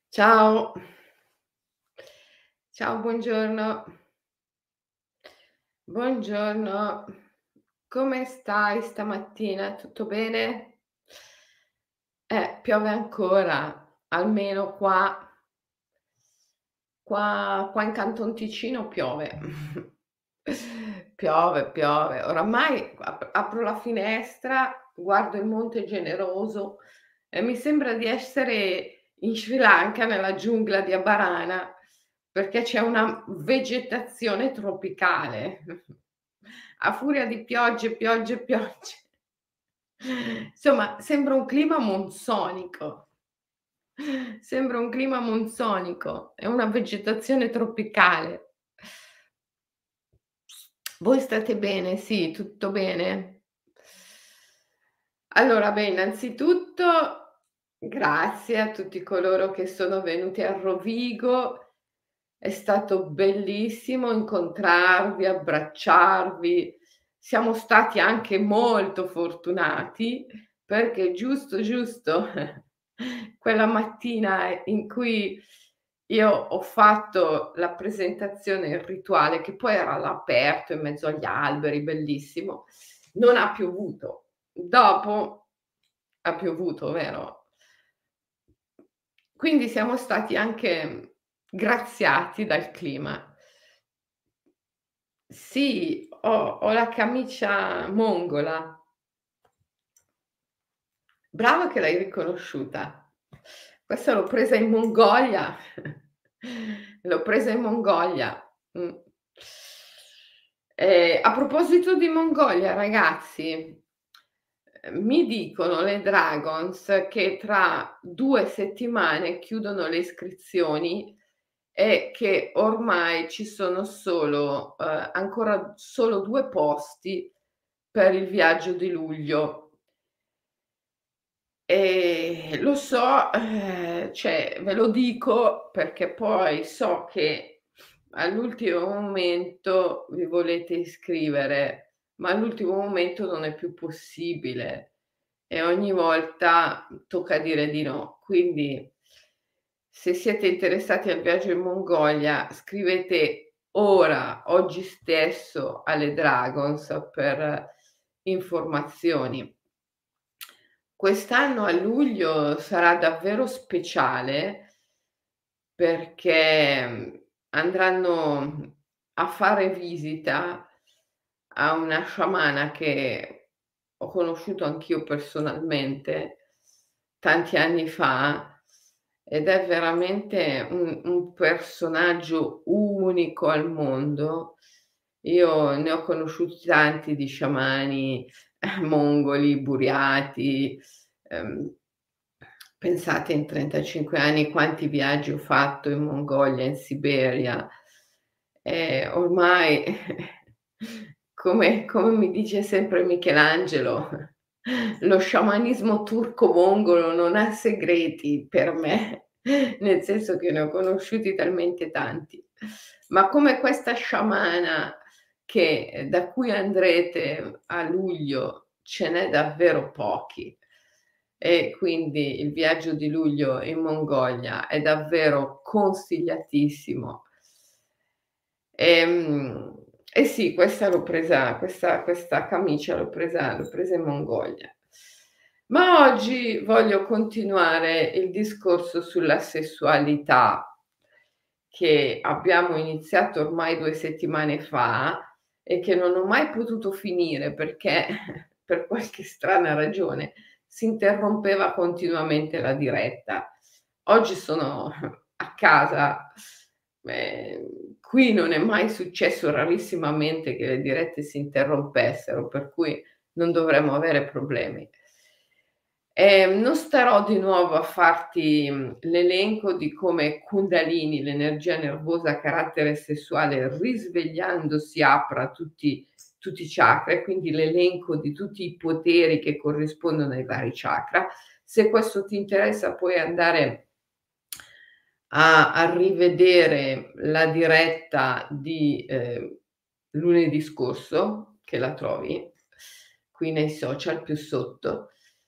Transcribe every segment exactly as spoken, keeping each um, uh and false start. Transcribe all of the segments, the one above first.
Ciao. Ciao, buongiorno. Buongiorno. Come stai stamattina? Tutto bene? Eh, piove ancora, almeno qua qua qua in Canton Ticino piove. Piove, piove. Oramai ap apro la finestra, guardo il Monte Generoso e mi sembra di essere in Sri Lanka, nella giungla di Abarana, perché c'è una vegetazione tropicale. A furia di piogge, piogge, piogge. Insomma, sembra un clima monsonico. Sembra un clima monsonico, è una vegetazione tropicale. Voi state bene? Sì, tutto bene? Allora, beh, innanzitutto grazie a tutti coloro che sono venuti a Rovigo. È stato bellissimo incontrarvi, abbracciarvi. Siamo stati anche molto fortunati perché giusto, giusto quella mattina in cui io ho fatto la presentazione, il rituale, che poi era all'aperto in mezzo agli alberi, bellissimo, non ha piovuto. Dopo ha piovuto, vero? Quindi siamo stati anche graziati dal clima. Sì, ho ho la camicia mongola. Brava che l'hai riconosciuta. Questa l'ho presa in Mongolia. L'ho presa in Mongolia. Mh. Ehm, a proposito di Mongolia ragazzi, ehm, mi dicono le Dragons che tra due settimane chiudono le iscrizioni e che ormai ci sono solo, uhm, ancora solo due posti per il viaggio di luglio. Ehm, lo so, ehm, cioè ve lo dico perché poi so che all'ultimo momento vi volete iscrivere, ma all'ultimo momento non è più possibile e ogni volta tocca dire di no. Quindi se siete interessati al viaggio in Mongolia, scrivete ora, oggi stesso alle Dragons per informazioni. Quest'anno a luglio sarà davvero speciale perché, mhmm, andranno a fare visita a una sciamana che ho conosciuto anch'io personalmente tanti anni fa ed è veramente un un personaggio unico al mondo. Io ne ho conosciuti tanti di sciamani mongoli, buriati, ehm, pensate in trentacinque anni quanti viaggi ho fatto in Mongolia, in Siberia. E ormai come come mi dice sempre Michelangelo, lo sciamanismo turco-mongolo non ha segreti per me, nel senso che ne ho conosciuti talmente tanti. Ma come questa sciamana che da cui andrete a luglio ce n'è davvero pochi e quindi il viaggio di luglio in Mongolia è davvero consigliatissimo. Ehm, e sì, questa l'ho presa questa questa camicia l'ho presa l'ho presa in Mongolia. Ma oggi voglio continuare il discorso sulla sessualità che abbiamo iniziato ormai due settimane fa e che non ho mai potuto finire perché per qualche strana ragione si interrompeva continuamente la diretta. Oggi sono a casa, ehm, qui non è mai successo, rarissimamente, che le dirette si interrompessero, per cui non dovremmo avere problemi. Ehm, non starò di nuovo a farti, mhmm, l'elenco di come Kundalini, l'energia nervosa a carattere sessuale, risvegliandosi apra tutti tutti i chakra e quindi l'elenco di tutti i poteri che corrispondono ai vari chakra. Se questo ti interessa puoi andare a a rivedere la diretta di, ehm, lunedì scorso, che la trovi qui nei social più sotto.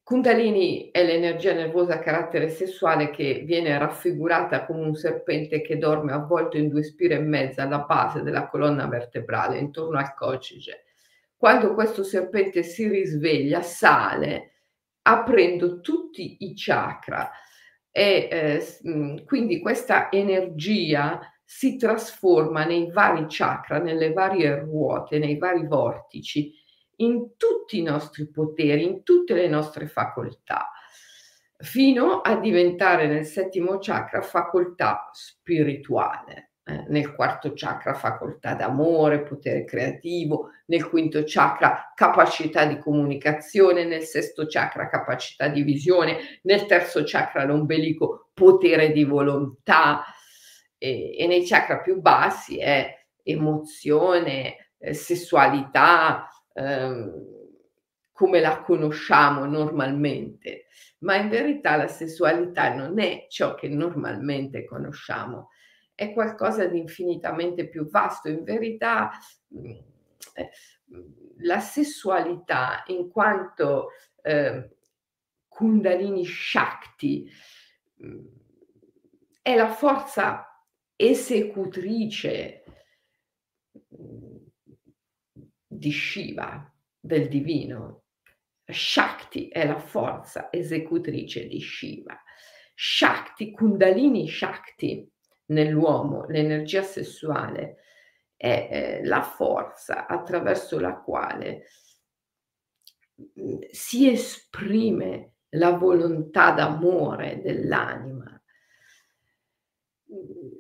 Kundalini è l'energia nervosa a carattere sessuale che viene raffigurata come un serpente che dorme avvolto in due spire e mezza alla base della colonna vertebrale, intorno al coccyge. Quando questo serpente si risveglia, sale aprendo tutti i chakra e, ehm, s mhmm, quindi questa energia si trasforma nei vari chakra, nelle varie ruote, nei vari vortici, in tutti i nostri poteri, in tutte le nostre facoltà, fino a diventare nel settimo chakra facoltà spirituale, eh, nel quarto chakra facoltà d'amore, potere creativo, nel quinto chakra capacità di comunicazione, nel sesto chakra capacità di visione, nel terzo chakra l'ombelico potere di volontà e, e nei chakra più bassi è emozione, eh, sessualità, ehm, come la conosciamo normalmente, ma in verità la sessualità non è ciò che normalmente conosciamo, è qualcosa di infinitamente più vasto. In verità, mhmm, eh, mhmm, la sessualità in quanto, ehm, Kundalini Shakti, mhmm, è la forza esecutrice, mhmm, di Shiva, del divino. Shakti è la forza esecutrice di Shiva. Shakti, Kundalini Shakti nell'uomo, l'energia sessuale è, ehm, la forza attraverso la quale, mhmm, si esprime la volontà d'amore dell'anima. Mhmm,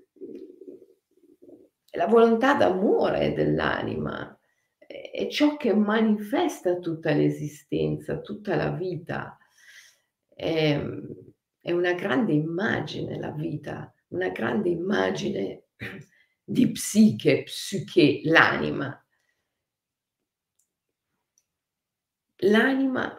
la volontà d'amore dell'anima è è ciò che manifesta tutta l'esistenza, tutta la vita. Ehm, è una grande immagine la vita, una grande immagine di psiche, psiche, l'anima. L'anima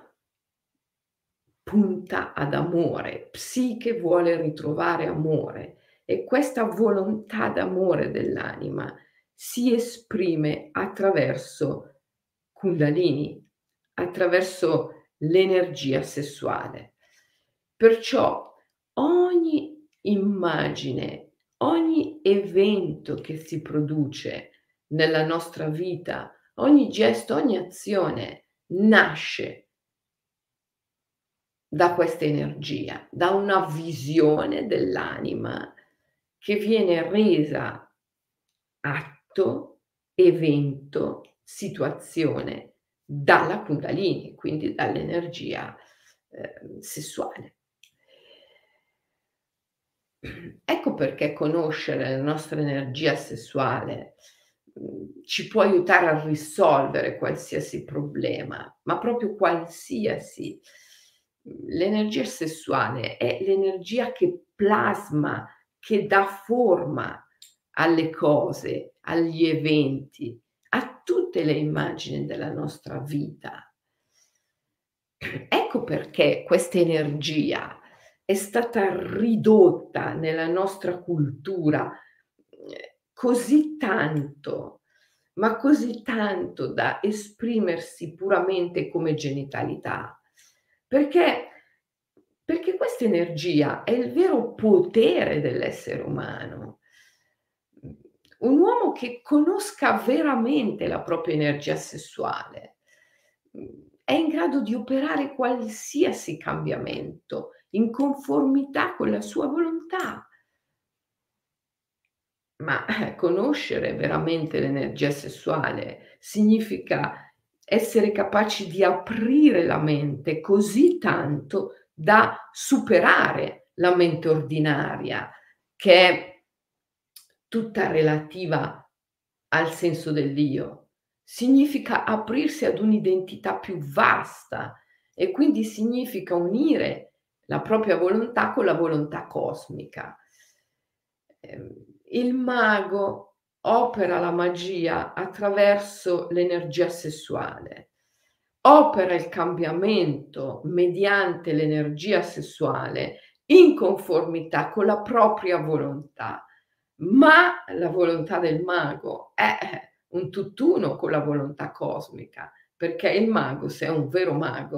punta ad amore, psiche vuole ritrovare amore e questa volontà d'amore dell'anima si esprime attraverso Kundalini, attraverso l'energia sessuale. Perciò ogni immagine, ogni evento che si produce nella nostra vita, ogni gesto, ogni azione nasce da questa energia, da una visione dell'anima che viene resa atto, evento, situazione dalla Kundalini, quindi dall'energia, ehm, sessuale. Ecco perché conoscere la nostra energia sessuale, mhmm, ci può aiutare a risolvere qualsiasi problema, ma proprio qualsiasi. Mhmm, l'energia sessuale è l'energia che plasma, che dà forma alle cose, agli eventi, a tutte le immagini della nostra vita. Ecco perché questa energia è stata ridotta nella nostra cultura, ehm, così tanto, ma così tanto da esprimersi puramente come genitalità. Perché perché questa energia è il vero potere dell'essere umano. Mhmm, un uomo che conosca veramente la propria energia sessuale, mhmm, è in grado di operare qualsiasi cambiamento in conformità con la sua volontà. Ma, eh, conoscere veramente l'energia sessuale significa essere capaci di aprire la mente così tanto da superare la mente ordinaria, che è tutta relativa al senso dell'io. Significa aprirsi ad un'identità più vasta e quindi significa unire la propria volontà con la volontà cosmica. Ehm, il mago opera la magia attraverso l'energia sessuale, opera il cambiamento mediante l'energia sessuale in conformità con la propria volontà, ma la volontà del mago è un tutt'uno con la volontà cosmica, perché il mago, se è un vero mago,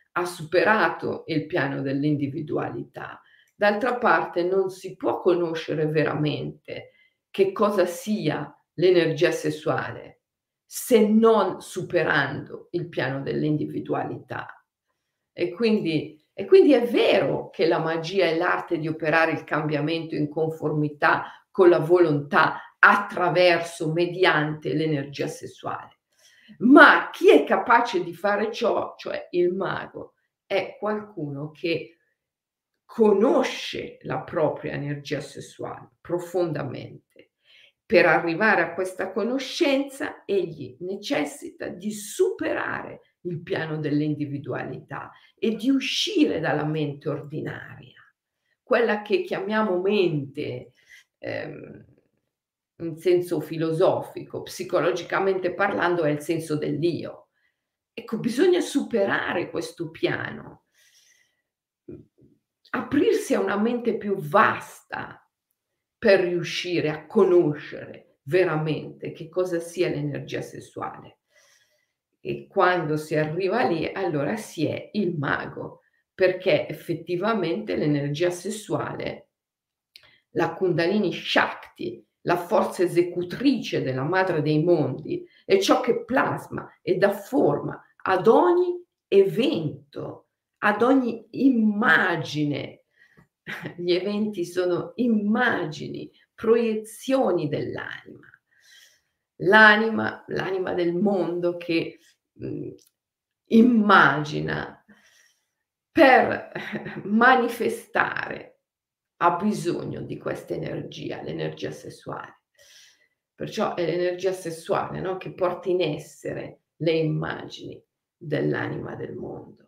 ha superato il piano dell'individualità. D'altra parte non si può conoscere veramente che cosa sia l'energia sessuale se non superando il piano dell'individualità. E quindi e quindi è vero che la magia è l'arte di operare il cambiamento in conformità con la volontà attraverso mediante l'energia sessuale. Ma chi è capace di fare ciò, cioè il mago, è qualcuno che conosce la propria energia sessuale profondamente. Per arrivare a questa conoscenza, egli necessita di superare il piano dell'individualità e di uscire dalla mente ordinaria, quella che chiamiamo mente, ehm, in senso filosofico, psicologicamente parlando è il senso dell'io. Ecco, bisogna superare questo piano, mhmm, aprirsi a una mente più vasta per riuscire a conoscere veramente che cosa sia l'energia sessuale. E quando si arriva lì, allora si è il mago, perché effettivamente l'energia sessuale, la Kundalini Shakti, la forza esecutrice della madre dei mondi, è ciò che plasma e dà forma ad ogni evento, ad ogni immagine. Gli eventi sono immagini, proiezioni dell'anima. L'anima, l'anima del mondo che, mhmm, immagina per manifestare ha bisogno di questa energia, l'energia sessuale. Perciò è l'energia sessuale, no, che porta in essere le immagini dell'anima del mondo.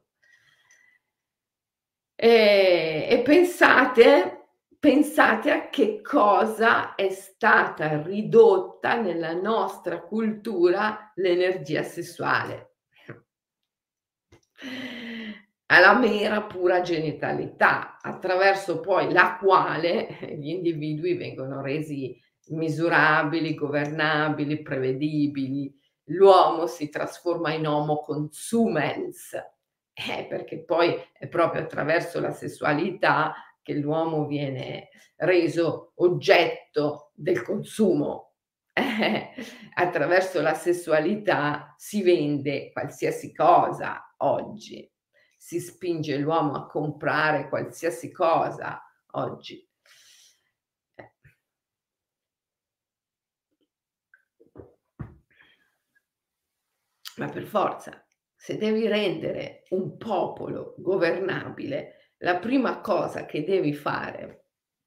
E e pensate pensate a che cosa è stata ridotta nella nostra cultura l'energia sessuale. Alla mera pura genitalità, attraverso poi la quale gli individui vengono resi misurabili, governabili, prevedibili. L'uomo si trasforma in homo consumens, eh, perché poi è proprio attraverso la sessualità che l'uomo viene reso oggetto del consumo. Eh, attraverso la sessualità si vende qualsiasi cosa oggi, si spinge l'uomo a comprare qualsiasi cosa oggi. Eh. Ma per forza, se devi rendere un popolo governabile, la prima cosa che devi fare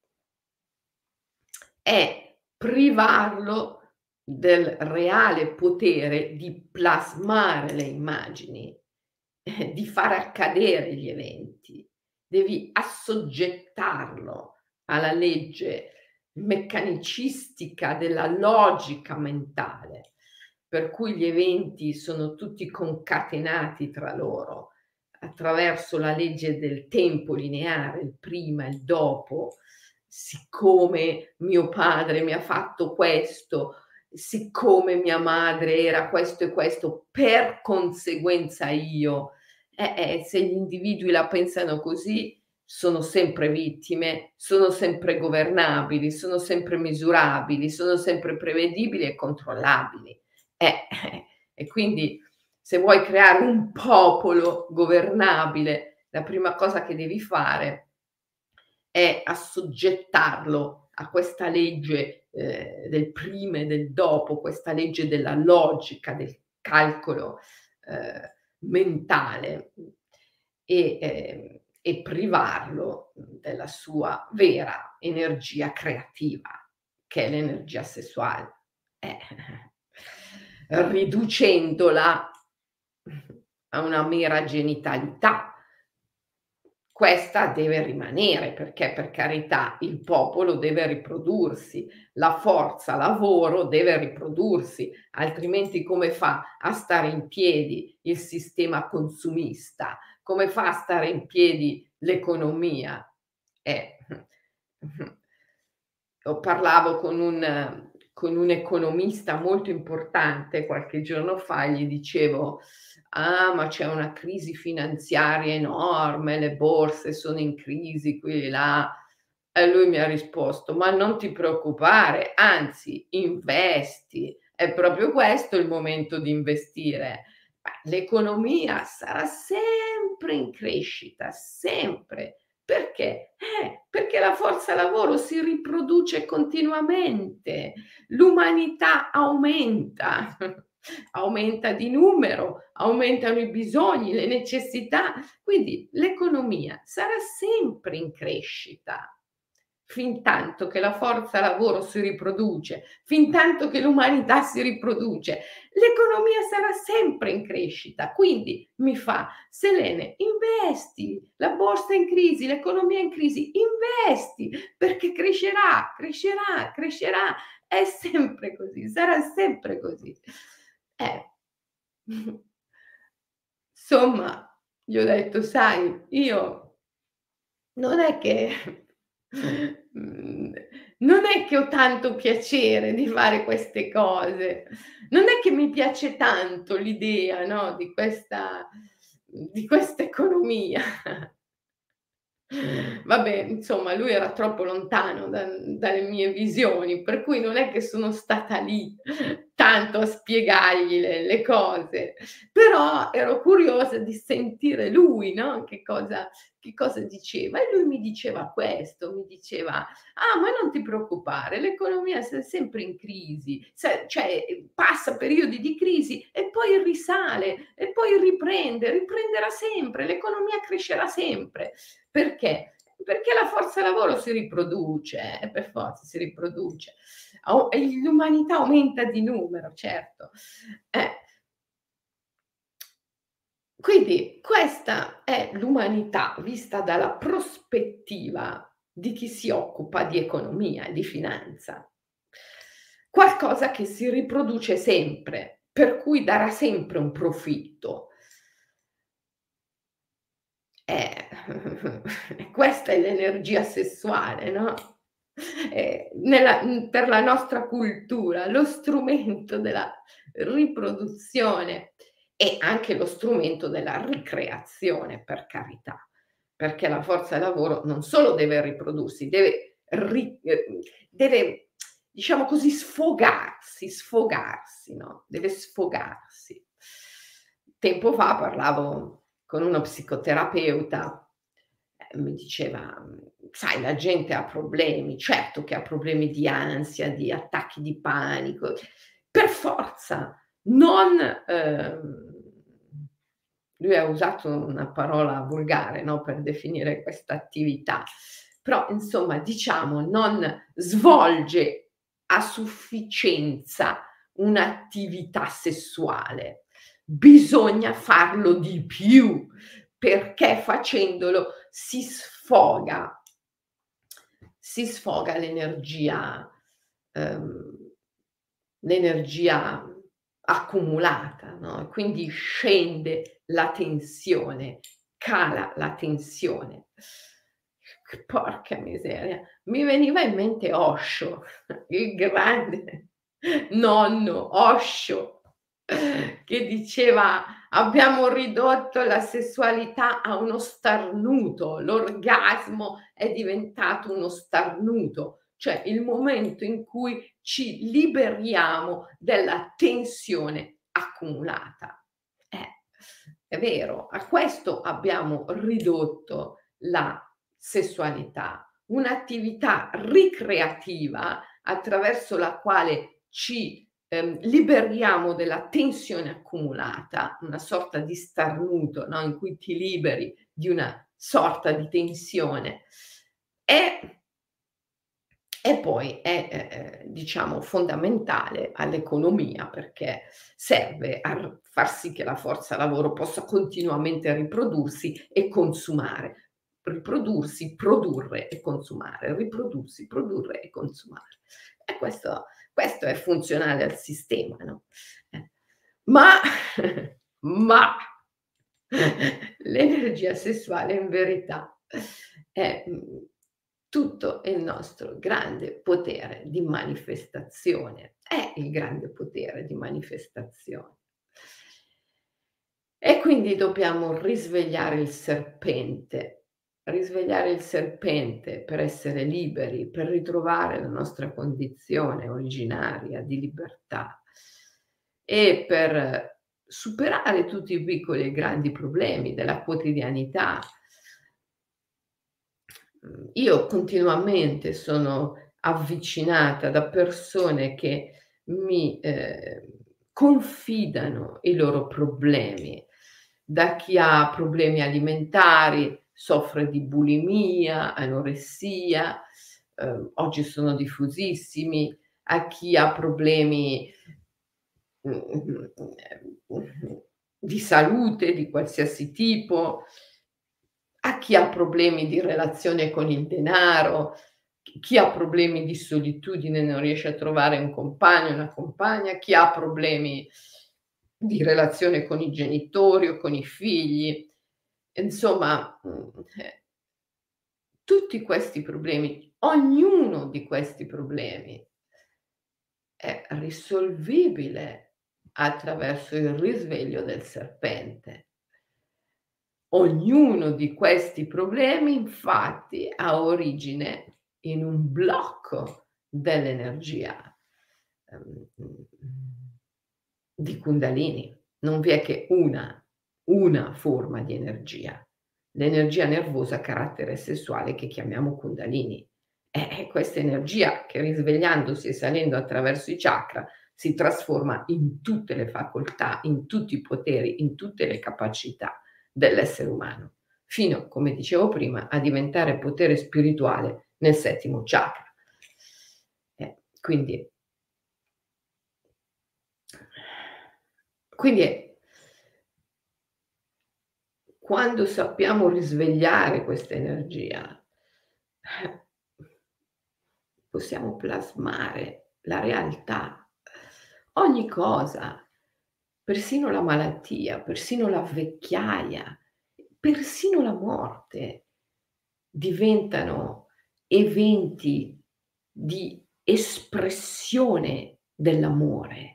è privarlo del reale potere di plasmare le immagini, eh, di far accadere gli eventi. Devi assoggettarlo alla legge meccanicistica della logica mentale, per cui gli eventi sono tutti concatenati tra loro attraverso la legge del tempo lineare, il prima e il dopo. Siccome mio padre mi ha fatto questo, siccome mia madre era questo e questo, per conseguenza io. Eh, eh, se gli individui la pensano così, sono sempre vittime, sono sempre governabili, sono sempre misurabili, sono sempre prevedibili e controllabili. Eh, eh, e quindi se vuoi creare un popolo governabile, la prima cosa che devi fare è assoggettarlo a questa legge, ehm, del prima e del dopo, questa legge della logica, del calcolo, ehm, mentale, mhmm, e ehm, e privarlo, mhmm, della sua vera energia creativa, che è l'energia sessuale. Eh, riducendola a una mera genitalità. Questa deve rimanere perché, per carità, il popolo deve riprodursi, la forza lavoro deve riprodursi, altrimenti come fa a stare in piedi il sistema consumista? Come fa a stare in piedi l'economia? Eh, o parlavo con un con con un economista molto importante qualche giorno fa e gli dicevo: "Ah, ma c'è una crisi finanziaria enorme, le borse sono in crisi qui e là". E lui mi ha risposto: "Ma non ti preoccupare, anzi investi, è proprio questo il momento di investire. Ma l'economia sarà sempre in crescita, sempre. Perché? Eh, perché la forza lavoro si riproduce continuamente, l'umanità aumenta, aumenta di numero, aumentano i bisogni, le necessità, quindi l'economia sarà sempre in crescita. Fintanto che la forza lavoro si riproduce, fintanto che l'umanità si riproduce, l'economia sarà sempre in crescita. Quindi mi fa: "Selene, investi, la borsa è in crisi, l'economia è in crisi, investi, perché crescerà, crescerà, crescerà, è sempre così, sarà sempre così". Eh. Somma, gli ho detto: "Sai, io non è che mhmm, non è che ho tanto piacere di fare queste cose, non è che mi piace tanto l'idea, no, di questa di questa economia". Vabbè, insomma, lui era troppo lontano dan dalle mie visioni, per cui non è che sono stata lì tanto a spiegargli le le cose, però ero curiosa di sentire lui, no, che cosa che cosa diceva. E lui mi diceva questo, mi diceva: "Ah, ma non ti preoccupare, l'economia se sempre in crisi, se cioè, ehm, passa periodi di crisi e poi risale, e poi riprende, riprenderà sempre, l'economia crescerà sempre". Perché? Perché la forza lavoro si riproduce, eh, per forza si riproduce. Au e l'umanità aumenta di numero, certo. Eh. Quindi questa è l'umanità vista dalla prospettiva di chi si occupa di economia e di finanza. Qualcosa che si riproduce sempre, per cui darà sempre un profitto. Eh, questa è l'energia sessuale, no, ehm, nella mhmm, per la nostra cultura, lo strumento della riproduzione e anche lo strumento della ricreazione, per carità, perché la forza lavoro non solo deve riprodursi, deve ri ehm, deve, diciamo così, sfogarsi, sfogarsi, no, deve sfogarsi. Tempo fa parlavo con uno psicoterapeuta, e mi diceva: mhmm, "Sai, la gente ha problemi, certo che ha problemi di ansia, di attacchi di panico, per forza, non" ehm, lui ha usato una parola volgare, no, per definire questa attività, però insomma diciamo non svolge a sufficienza un'attività sessuale. Bisogna farlo di più, perché facendolo si sfoga si sfoga l'energia ehm, l'energia accumulata, no, e quindi scende la tensione, cala la tensione. C porca miseria, mi veniva in mente Osho, il grande nonno Osho, che diceva: "Abbiamo ridotto la sessualità a uno starnuto, l'orgasmo è diventato uno starnuto", cioè il momento in cui ci liberiamo della tensione accumulata. Eh, è vero, a questo abbiamo ridotto la sessualità, un'attività ricreativa attraverso la quale ci, ehm, liberiamo della tensione accumulata, una sorta di starnuto, no, in cui ti liberi di una sorta di tensione. E e poi è, ehm, diciamo fondamentale all'economia, perché serve a r far sì che la forza lavoro possa continuamente riprodursi e consumare. Riprodursi, produrre e consumare, riprodursi, produrre e consumare. E questo questo è funzionale al sistema, no, eh. Ma ma l'energia sessuale in verità è, mhmm, tutto il nostro grande potere di manifestazione. È il grande potere di manifestazione. E quindi dobbiamo risvegliare il serpente, risvegliare il serpente per essere liberi, per ritrovare la nostra condizione originaria di libertà e per superare tutti i piccoli e grandi problemi della quotidianità. Mhmm, io continuamente sono avvicinata da persone che mi, ehm, confidano i loro problemi, da chi ha problemi alimentari, soffre di bulimia, anoressia, uhm, oggi sono diffusissimi, a chi ha problemi, mhmm, ehm, di salute di qualsiasi tipo, a chi ha problemi di relazione con il denaro, chi chi ha problemi di solitudine, non riesce a trovare un compagno, una compagna, chi ha problemi di relazione con i genitori o con i figli. Insomma, mhmm, eh, tutti questi problemi, ognuno di questi problemi è risolvibile attraverso il risveglio del serpente. Ognuno di questi problemi infatti ha origine in un blocco dell'energia, ehm, mhmm, di Kundalini. Non vi è che una una forma di energia, l'energia nervosa a carattere sessuale che chiamiamo Kundalini. Eh, eh, questa energia che risvegliandosi e salendo attraverso i chakra si trasforma in tutte le facoltà, in tutti i poteri, in tutte le capacità dell'essere umano, fino, come dicevo prima, a diventare potere spirituale nel settimo chakra. Eh, quindi quindi è quando sappiamo risvegliare questa energia, eh, possiamo plasmare la realtà. Ogni cosa, persino la malattia, persino la vecchiaia, persino la morte diventano eventi di espressione dell'amore.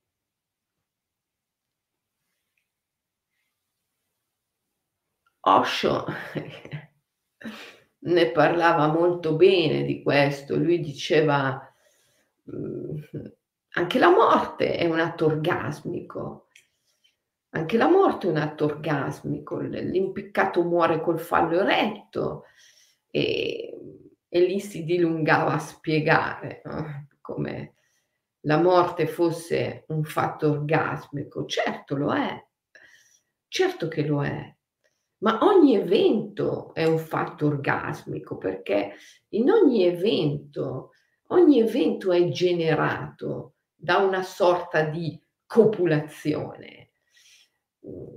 Osho ne parlava molto bene di questo. Lui diceva, mhmm, anche la morte è un atto orgasmico. Anche la morte è un atto orgasmico. L l'impiccato muore col fallo eretto, ehm, e lì si dilungava a spiegare, no, come la morte fosse un fatto orgasmico. Certo lo è, certo che lo è. Ma ogni evento è un fatto orgasmico, perché in ogni evento ogni evento è generato da una sorta di copulazione, mhmm,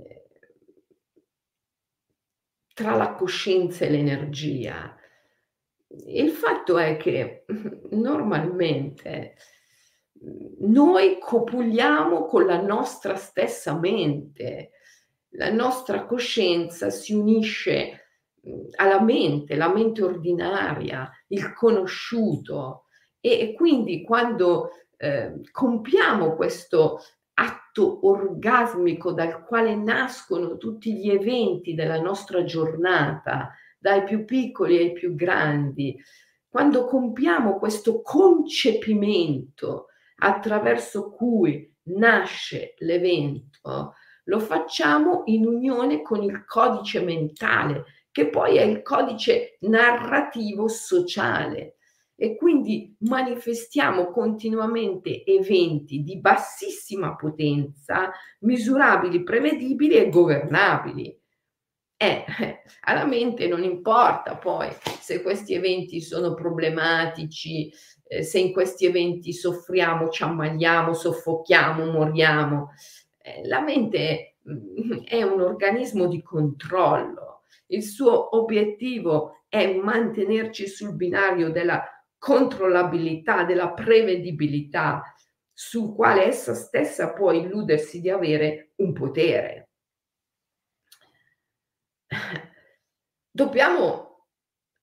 tra la coscienza e l'energia. Il fatto è che normalmente, mhmm, noi copuliamo con la nostra stessa mente. La nostra coscienza si unisce, mhmm, alla mente, la mente ordinaria, il conosciuto e e quindi quando, ehm, compiamo questo atto orgasmico dal quale nascono tutti gli eventi della nostra giornata, dai più piccoli ai più grandi, quando compiamo questo concepimento attraverso cui nasce l'evento, lo facciamo in unione con il codice mentale, che poi è il codice narrativo sociale e quindi manifestiamo continuamente eventi di bassissima potenza, misurabili, prevedibili e governabili. Eh, eh, alla mente non importa poi se questi eventi sono problematici, ehm, se in questi eventi soffriamo, ci ammaliamo, soffochiamo, moriamo. Ehm, la mente, mhmm, è un organismo di controllo. Il suo obiettivo è mantenerci sul binario della controllabilità, della prevedibilità, sul quale essa stessa può illudersi di avere un potere. Dobbiamo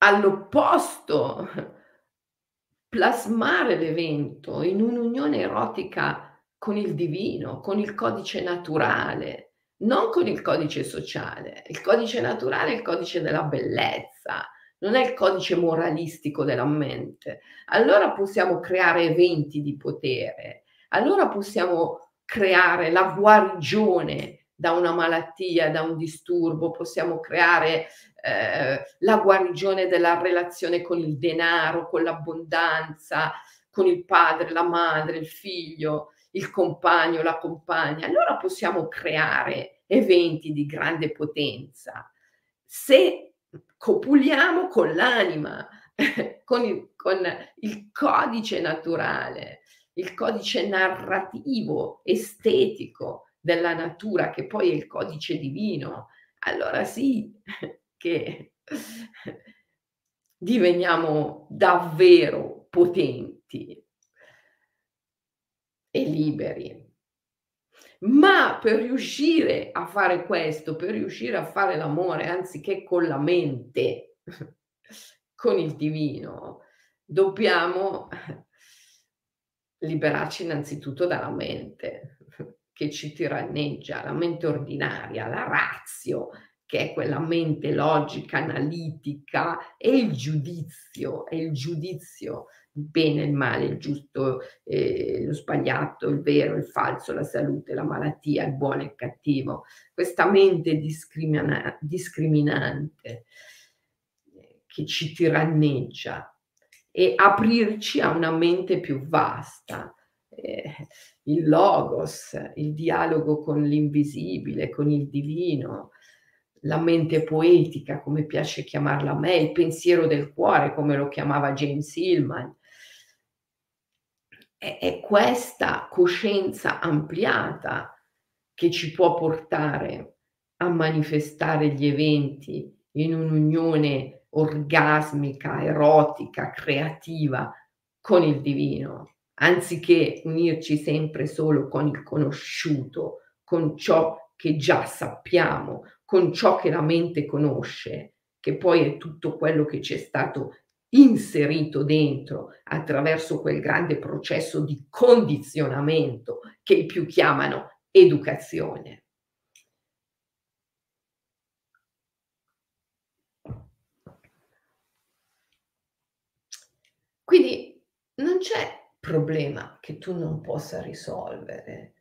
all'opposto, plasmare l'evento in un'unione erotica con il divino, con il codice naturale, non con il codice sociale. Il codice naturale è il codice della bellezza, non è il codice moralistico della mente. Allora possiamo creare eventi di potere, allora possiamo creare la guarigione da una malattia, da un disturbo, possiamo creare ehm, la guarigione della relazione con il denaro, con l'abbondanza, con il padre, la madre, il figlio, il compagno, la compagna. Allora possiamo creare eventi di grande potenza. Se copuliamo con l'anima, con il con il codice naturale, il codice narrativo, estetico della natura, che poi è il codice divino, allora sì che diveniamo davvero potenti e liberi. Ma per riuscire a fare questo, per riuscire a fare l'amore anziché con la mente, con il divino, dobbiamo liberarci innanzitutto dalla mente che ci tiranneggia, la mente ordinaria, la ratio, che è quella mente logica, analitica, e il giudizio, è il giudizio, il bene, il male, il giusto, ehm, lo sbagliato, il vero, il falso, la salute, la malattia, il buono e il cattivo. Questa mente discrimina discriminante, ehm, che ci tiranneggia, e aprirci a una mente più vasta, ehm, il logos, il dialogo con l'invisibile, con il divino, la mente poetica, come piace chiamarla a me, il pensiero del cuore, come lo chiamava James Hillman. È è questa coscienza ampliata che ci può portare a manifestare gli eventi in un'unione orgasmica, erotica, creativa con il divino, anziché unirci sempre solo con il conosciuto, con ciò che già sappiamo, con ciò che la mente conosce, che poi è tutto quello che ci è stato inserito dentro attraverso quel grande processo di condizionamento che i più chiamano educazione. Quindi non c'è problema che tu non possa risolvere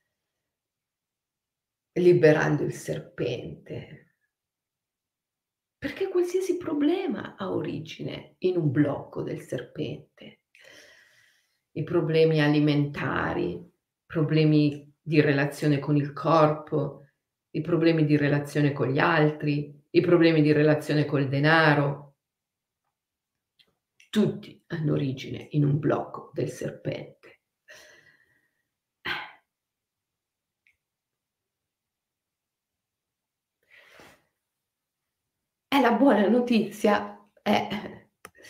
liberando il serpente, perché qualsiasi problema ha origine in un blocco del serpente. I problemi alimentari, problemi di relazione con il corpo, i problemi di relazione con gli altri, i problemi di relazione col denaro, tutti hanno origine in un blocco del serpente. E la buona notizia è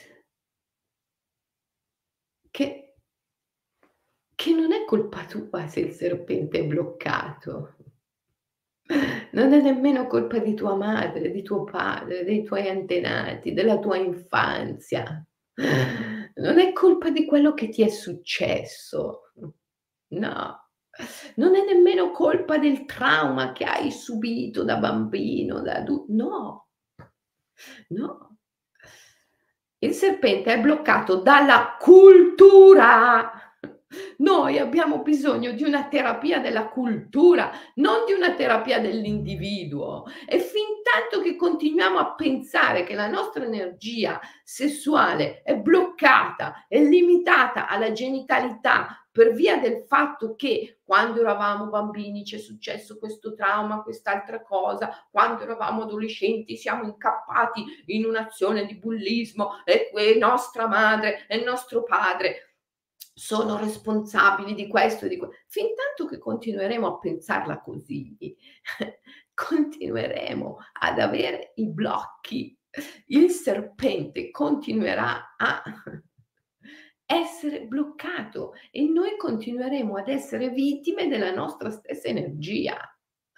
che che non è colpa tua se il serpente è bloccato. Non è nemmeno colpa di tua madre, di tuo padre, dei tuoi antenati, della tua infanzia. Non è colpa di quello che ti è successo. No, non è nemmeno colpa del trauma che hai subito da bambino, da adu no, no. Il serpente è bloccato dalla cultura. Noi abbiamo bisogno di una terapia della cultura, non di una terapia dell'individuo. E fintanto che continuiamo a pensare che la nostra energia sessuale è bloccata, è limitata alla genitalità per via del fatto che quando eravamo bambini c'è successo questo trauma, quest'altra cosa, quando eravamo adolescenti siamo incappati in un'azione di bullismo e que nostra madre e nostro padre sono responsabili di questo e di que fintanto che continueremo a pensarla così, continueremo ad avere i blocchi. Il serpente continuerà a essere bloccato e noi continueremo ad essere vittime della nostra stessa energia.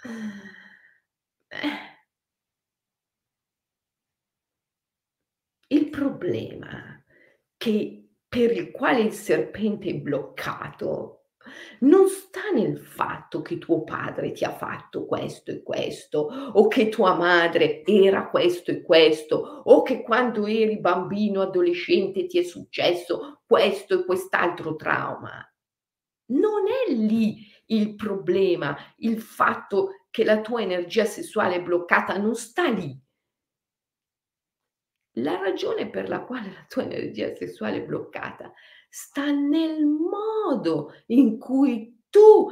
Eh. Il problema che per il quale il serpente è bloccato non sta nel fatto che tuo padre ti ha fatto questo e questo, o che tua madre era questo e questo, o che quando eri bambino, adolescente ti è successo questo e quest'altro trauma. Non è lì il problema, il fatto che la tua energia sessuale è bloccata, non sta lì. La ragione per la quale la tua energia sessuale è bloccata sta nel modo in cui tu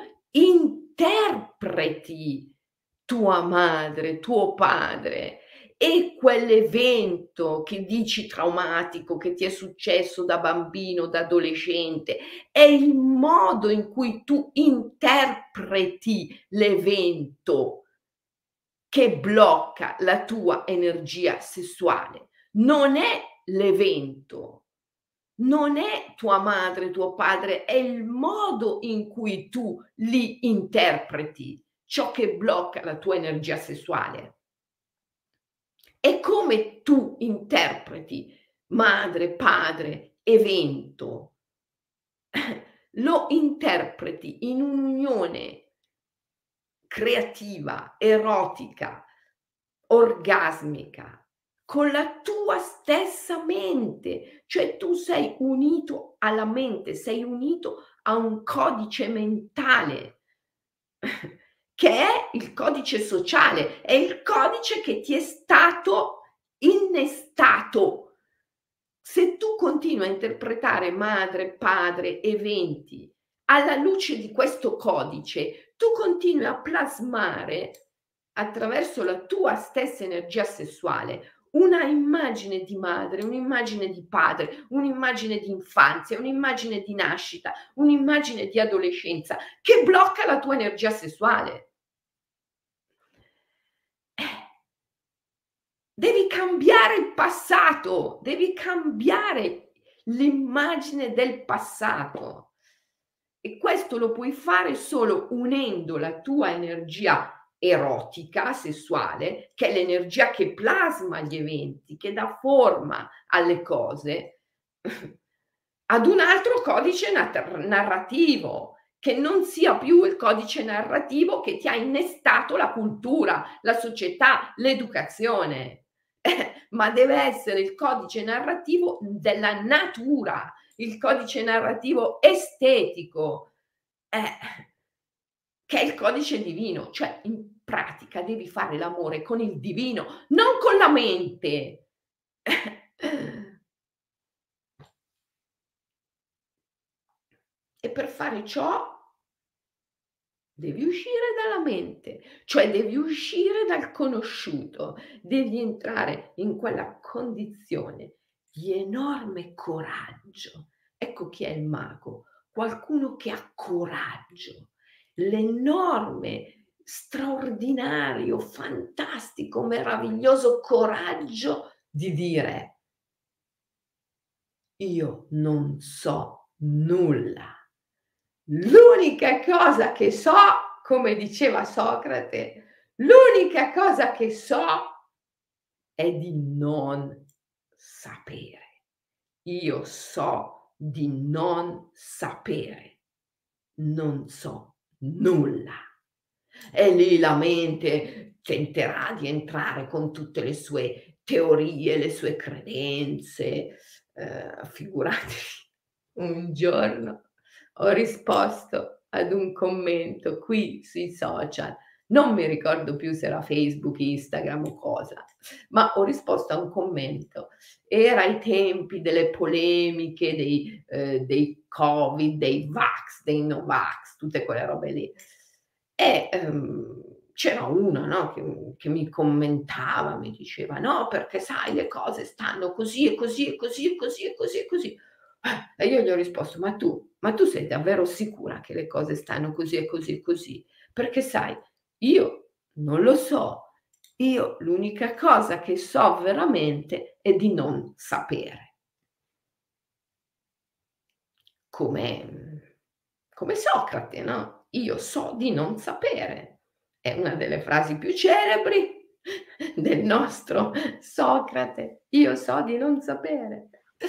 interpreti tua madre, tuo padre e quell'evento che dici traumatico che ti è successo da bambino, da adolescente, è il modo in cui tu interpreti l'evento che blocca la tua energia sessuale. Non è l'evento, non è tua madre, tuo padre, è il modo in cui tu li interpreti, ciò che blocca la tua energia sessuale. È come tu interpreti madre, padre, evento, lo interpreti in un'unione creativa, erotica, orgasmica, con la tua stessa mente, cioè tu sei unito alla mente, sei unito a un codice mentale che è il codice sociale, è il codice che ti è stato innestato. Se tu continui a interpretare madre, padre, eventi alla luce di questo codice, tu continui a plasmare attraverso la tua stessa energia sessuale una immagine di madre, un'immagine di padre, un'immagine di infanzia, un'immagine di nascita, un'immagine di adolescenza che blocca la tua energia sessuale. Eh, devi cambiare il passato, devi cambiare l'immagine del passato e questo lo puoi fare solo unendo la tua energia erotica, sessuale, che è l'energia che plasma gli eventi, che dà forma alle cose, ad un altro codice nat- narrativo, che non sia più il codice narrativo che ti ha innestato la cultura, la società, l'educazione, ma deve essere il codice narrativo della natura, il codice narrativo estetico, eh, che è il codice divino, cioè in pratica devi fare l'amore con il divino, non con la mente. E per fare ciò devi uscire dalla mente, cioè devi uscire dal conosciuto, devi entrare in quella condizione di enorme coraggio. Ecco chi è il mago, qualcuno che ha coraggio, l'enorme, straordinario, fantastico, meraviglioso coraggio di dire: "Io non so nulla". L'unica cosa che so, come diceva Socrate, l'unica cosa che so è di non sapere. Io so di non sapere, non so nulla. E lì la mente tenterà di entrare con tutte le sue teorie, le sue credenze. Ehm, figuratevi, un giorno ho risposto ad un commento qui sui social, non mi ricordo più se era Facebook, Instagram o cosa, ma ho risposto a un commento. Era ai tempi delle polemiche dei ehm, dei Covid, dei Vax, dei no Vax, tutte quelle robe lì. E, ehm, c'era uno, no, che che mi commentava, mi diceva: "No, perché sai le cose stanno così e così e così e così e così e così". Eh, e io gli ho risposto: "Ma tu ma tu sei davvero sicura che le cose stanno così e così e così? Perché sai, io non lo so. Io l'unica cosa che so veramente è di non sapere". Come mhmm, come Socrate, no, "Io so di non sapere". È una delle frasi più celebri del nostro Socrate, io so di non sapere.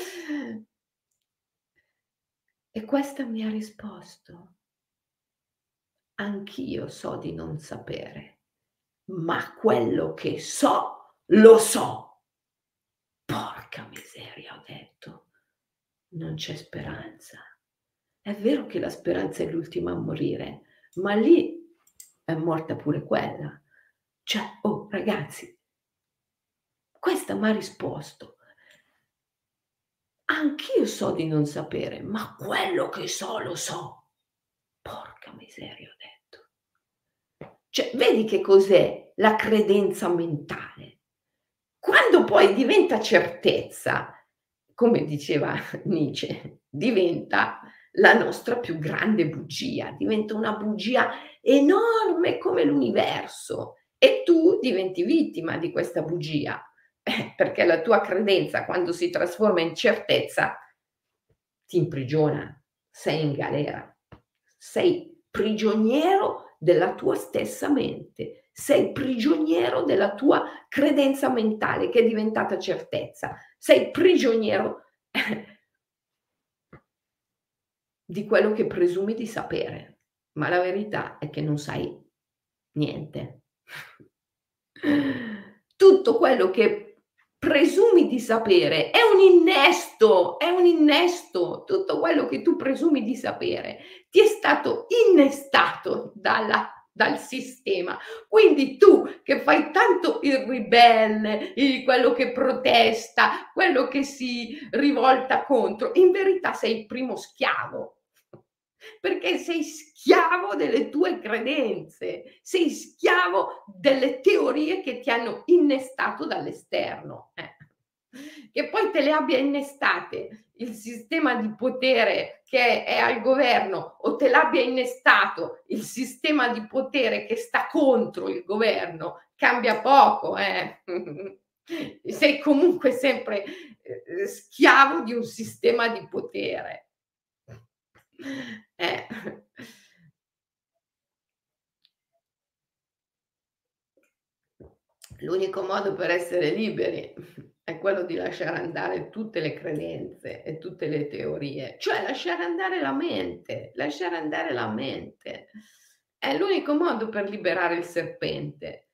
E questa mi ha risposto: "Anch'io so di non sapere, ma quello che so, lo so." Porca miseria, ho detto, non c'è speranza. È vero che la speranza è l'ultima a morire, ma lì è morta pure quella. Cioè, oh ragazzi, questa m'ha risposto: "Anch'io so di non sapere, ma quello che so, lo so." Porca miseria, ho detto. Cioè, vedi che cos'è la credenza mentale? Quando poi diventa certezza, come diceva Nietzsche, diventa la nostra più grande bugia, diventa una bugia enorme come l'universo e tu diventi vittima di questa bugia, eh, perché la tua credenza quando si trasforma in certezza ti imprigiona, sei in galera, sei prigioniero della tua stessa mente, sei prigioniero della tua credenza mentale che è diventata certezza, sei prigioniero di quello che presumi di sapere, ma la verità è che non sai niente. Tutto quello che presumi di sapere è un innesto, è un innesto. Tutto quello che tu presumi di sapere ti è stato innestato dalla dal sistema. Quindi tu che fai tanto il ribelle, il quello che protesta, quello che si rivolta contro, in verità sei il primo schiavo. Perché sei schiavo delle tue credenze, sei schiavo delle teorie che ti hanno innestato dall'esterno, eh. Che poi te le abbia innestate il sistema di potere che è al governo o te l'abbia innestato il sistema di potere che sta contro il governo, cambia poco, eh. Sei comunque sempre, ehm, schiavo di un sistema di potere. Eh. L'unico modo per essere liberi è quello di lasciare andare tutte le credenze e tutte le teorie, cioè lasciare andare la mente, lasciare andare la mente. È l'unico modo per liberare il serpente.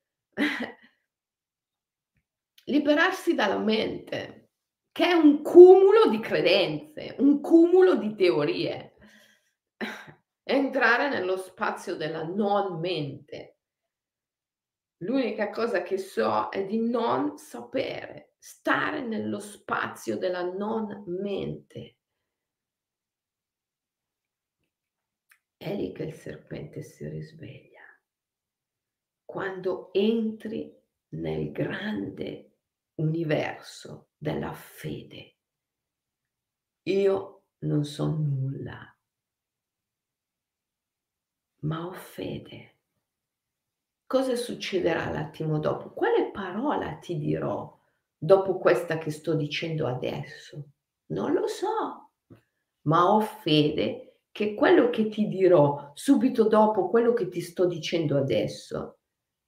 Liberarsi dalla mente, che è un cumulo di credenze, un cumulo di teorie. Entrare nello spazio della non mente. L'unica cosa che so è di non sapere, stare nello spazio della non mente. È lì che il serpente si risveglia. Quando entri nel grande universo della fede. Io non so nulla, ma ho fede. Cosa succederà l'attimo dopo? Quale parola ti dirò dopo questa che sto dicendo adesso? Non lo so, ma ho fede che quello che ti dirò subito dopo quello che ti sto dicendo adesso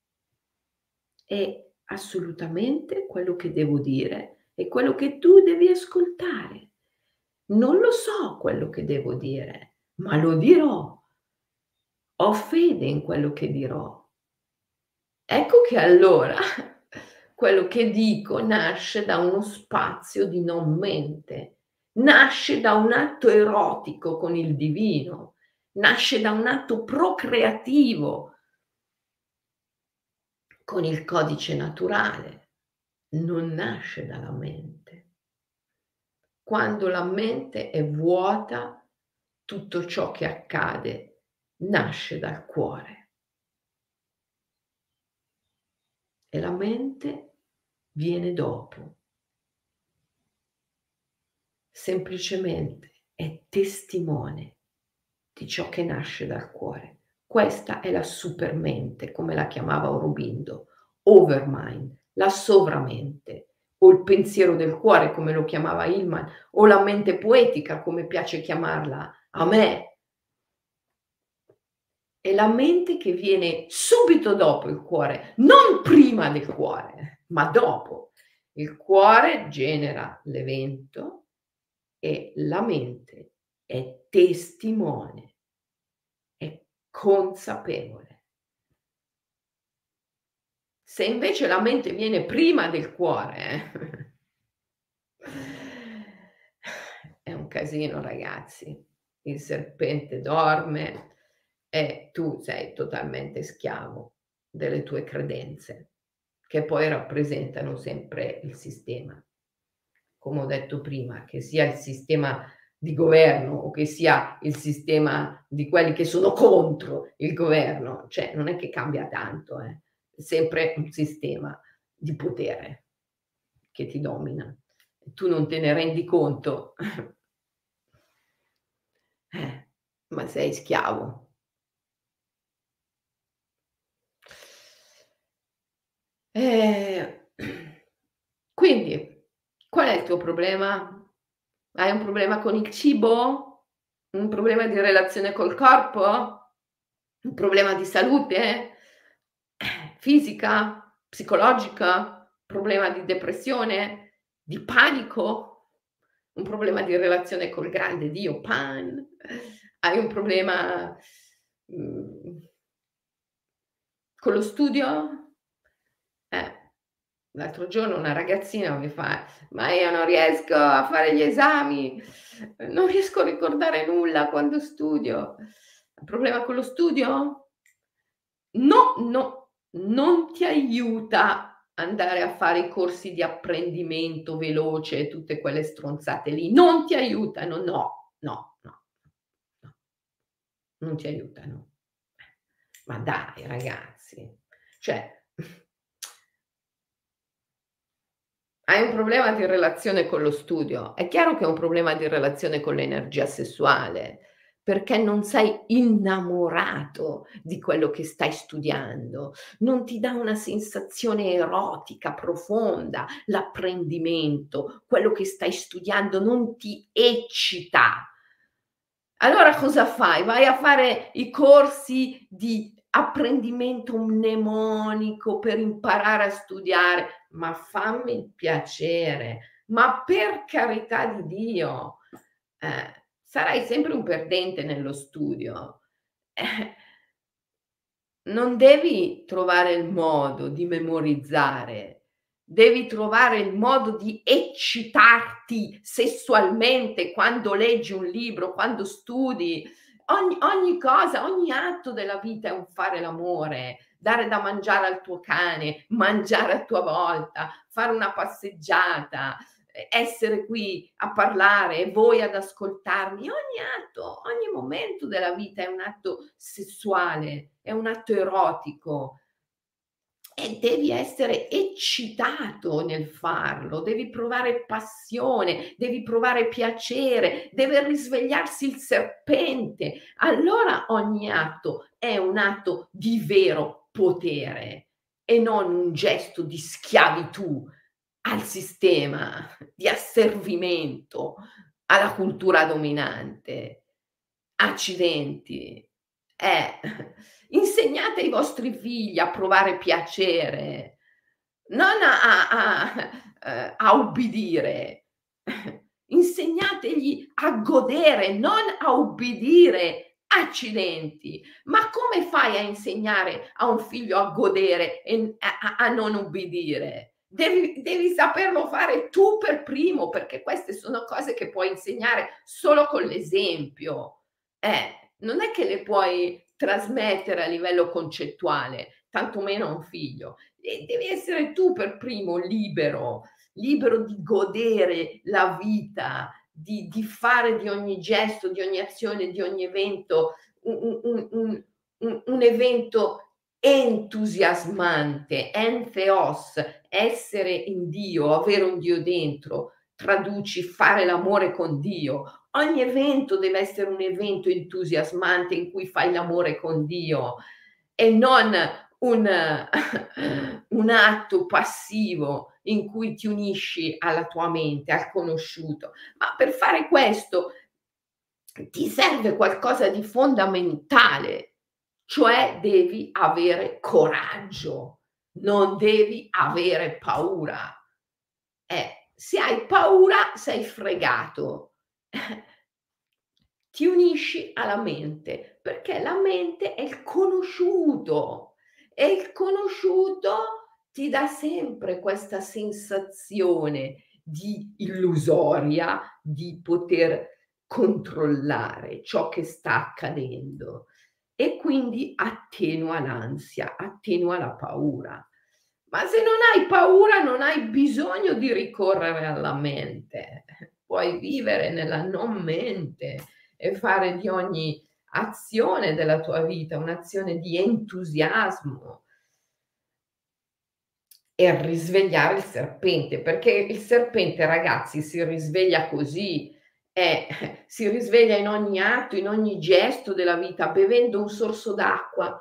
è assolutamente quello che devo dire e quello che tu devi ascoltare. Non lo so quello che devo dire, ma lo dirò. Ho fede in quello che dirò. Ecco che allora quello che dico nasce da uno spazio di non mente, nasce da un atto erotico con il divino, nasce da un atto procreativo con il codice naturale, non nasce dalla mente. Quando la mente è vuota, tutto ciò che accade nasce dal cuore. E la mente viene dopo. Semplicemente è testimone di ciò che nasce dal cuore. Questa è la supermente, come la chiamava Aurobindo, overmind, la sovramente, o il pensiero del cuore, come lo chiamava Hillman, o la mente poetica, come piace chiamarla a me. È la mente che viene subito dopo il cuore, non prima del cuore, ma dopo. Il cuore genera l'evento e la mente è testimone, è consapevole. Se invece la mente viene prima del cuore, eh, è un casino ragazzi. Il serpente dorme e tu sei totalmente schiavo delle tue credenze, che poi rappresentano sempre il sistema. Come ho detto prima, che sia il sistema di governo o che sia il sistema di quelli che sono contro il governo, cioè non è che cambia tanto, eh. È sempre un sistema di potere che ti domina. Tu non te ne rendi conto, eh, ma sei schiavo. Ehm, quindi qual è il tuo problema? Hai un problema con il cibo? Un problema di relazione col corpo? Un problema di salute? Fisica? Psicologica? Problema di depressione? Di panico? Un problema di relazione col grande Dio Pan? Hai un problema, mhmm con lo studio? Eh, l'altro giorno una ragazzina mi fa: "Ma io non riesco a fare gli esami, non riesco a ricordare nulla quando studio." Problema con lo studio? No, no, non ti aiuta andare a fare i corsi di apprendimento veloce e tutte quelle stronzate lì, non ti aiutano, no, no, no, no, non ti aiutano. Ma dai ragazzi, cioè hai un problema di relazione con lo studio, è chiaro che è un problema di relazione con l'energia sessuale, perché non sei innamorato di quello che stai studiando, non ti dà una sensazione erotica profonda, l'apprendimento, quello che stai studiando non ti eccita. Allora cosa fai? Vai a fare i corsi di apprendimento mnemonico per imparare a studiare, ma fammi il piacere, ma per carità di Dio, eh, sarai sempre un perdente nello studio. Eh, non devi trovare il modo di memorizzare, devi trovare il modo di eccitarti sessualmente quando leggi un libro, quando studi. Ogni ogni cosa, ogni atto della vita è un fare l'amore, dare da mangiare al tuo cane, mangiare a tua volta, fare una passeggiata, e essere qui a parlare e voi ad ascoltarmi. Ogni atto, ogni momento della vita è un atto sessuale, è un atto erotico e devi essere eccitato nel farlo, devi provare passione, devi provare piacere, deve risvegliarsi il serpente. Allora ogni atto è un atto di vero potere e non un gesto di schiavitù al sistema, di asservimento alla cultura dominante. Accidenti. Eh, insegnate ai vostri figli a provare piacere, non a a a ehm, a ubbidire. Insegnategli a godere, non a ubbidire. Accidenti! Ma come fai a insegnare a un figlio a godere e n a a a non ubbidire? Devi devi saperlo fare tu per primo, perché queste sono cose che puoi insegnare solo con l'esempio. Eh, non è che le puoi trasmettere a livello concettuale, tanto meno a un figlio. E devi essere tu per primo libero, libero di godere la vita, di di fare di ogni gesto, di ogni azione, di ogni evento u u un un un un evento entusiasmante, entheos, essere in Dio, avere un Dio dentro, traduci fare l'amore con Dio. Ogni evento deve essere un evento entusiasmante in cui fai l'amore con Dio e non un un atto passivo in cui ti unisci alla tua mente, al conosciuto. Ma per fare questo ti serve qualcosa di fondamentale, Cioè devi avere coraggio, non devi avere paura. Eh, se hai paura sei fregato. Ti unisci alla mente, perché la mente è il conosciuto e il conosciuto ti dà sempre questa sensazione di illusoria, di poter controllare ciò che sta accadendo e quindi attenua l'ansia, attenua la paura. Ma se non hai paura non hai bisogno di ricorrere alla mente, puoi vivere nella non mente e fare di ogni azione della tua vita un'azione di entusiasmo e risvegliare il serpente, perché il serpente ragazzi si risveglia così, eh, si risveglia in ogni atto, in ogni gesto della vita, bevendo un sorso d'acqua